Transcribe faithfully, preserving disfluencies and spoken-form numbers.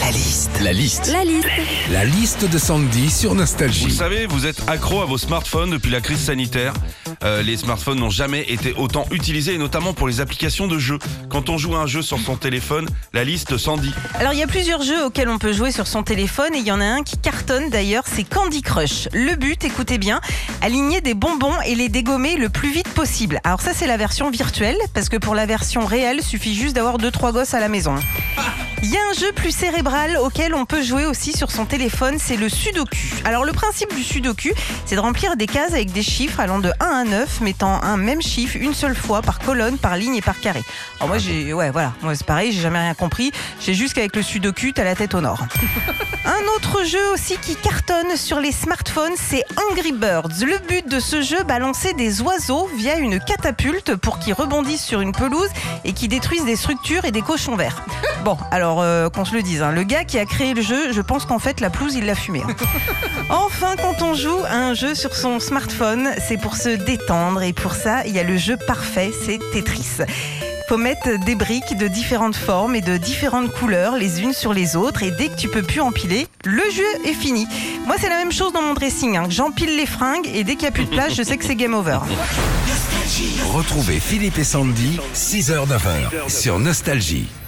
La liste. La liste. La liste. La liste de Sandy sur Nostalgie. Vous le savez, vous êtes accro à vos smartphones depuis la crise sanitaire. Euh, les smartphones n'ont jamais été autant utilisés, et notamment pour les applications de jeux. Quand on joue à un jeu sur son téléphone, la liste Sandy. Alors il y a plusieurs jeux auxquels on peut jouer sur son téléphone et il y en a un qui cartonne d'ailleurs, c'est Candy Crush. Le but, écoutez bien, aligner des bonbons et les dégommer le plus vite possible. Alors ça c'est la version virtuelle, parce que pour la version réelle, suffit juste d'avoir deux trois gosses à la maison. Il y a un jeu plus cérébral auquel on peut jouer aussi sur son téléphone, c'est le Sudoku. Alors le principe du Sudoku, c'est de remplir des cases avec des chiffres allant de un à neuf, mettant un même chiffre une seule fois par colonne, par ligne et par carré. Alors moi j'ai, ouais voilà, moi c'est pareil, j'ai jamais rien compris. J'ai juste qu'avec le Sudoku, t'as la tête au nord. Un autre jeu aussi qui cartonne sur les smartphones, c'est Angry Birds. Le but de ce jeu, balancer des oiseaux via une catapulte pour qu'ils rebondissent sur une pelouse et qui détruisent des structures et des cochons verts. Bon, alors euh, qu'on se le dise, hein, le gars qui a créé le jeu, je pense qu'en fait la pelouse il l'a fumé. Hein. Enfin, quand on joue à un jeu sur son smartphone, c'est pour se détendre et pour ça, il y a le jeu parfait, c'est Tetris. Faut mettre des briques de différentes formes et de différentes couleurs les unes sur les autres et dès que tu peux plus empiler, le jeu est fini. Moi c'est la même chose dans mon dressing, hein. J'empile les fringues et dès qu'il n'y a plus de place, je sais que c'est game over. Retrouvez Philippe et Sandy, six heures neuf heures sur Nostalgie.